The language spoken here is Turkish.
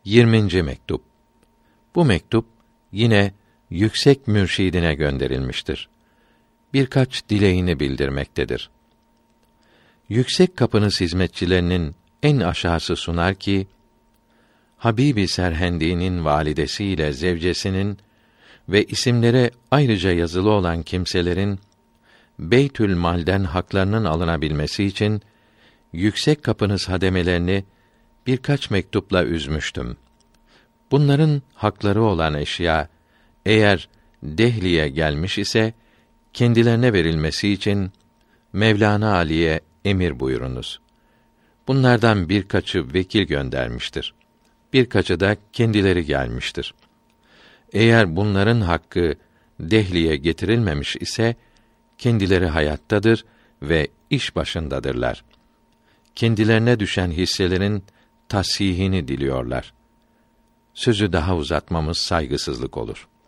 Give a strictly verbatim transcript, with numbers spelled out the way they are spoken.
yirminci mektup. Bu mektup yine yüksek mürşidine gönderilmiştir. Birkaç dileğini bildirmektedir. Yüksek kapınız hizmetçilerinin en aşağısı sunar ki, Habibi Serhendi'nin validesiyle zevcesinin ve isimleri ayrıca yazılı olan kimselerin Beytül Mal'den haklarının alınabilmesi için yüksek kapınız hademelerini birkaç mektupla üzmüştüm. Bunların hakları olan eşya eğer Dehli'ye gelmiş ise kendilerine verilmesi için Mevlana Ali'ye emir buyurunuz. Bunlardan birkaçı vekil göndermiştir. Birkaçı da kendileri gelmiştir. Eğer bunların hakkı Dehli'ye getirilmemiş ise kendileri hayattadır ve iş başındadırlar. Kendilerine düşen hisselerin tasihini diliyorlar. Sözü daha uzatmamız saygısızlık olur.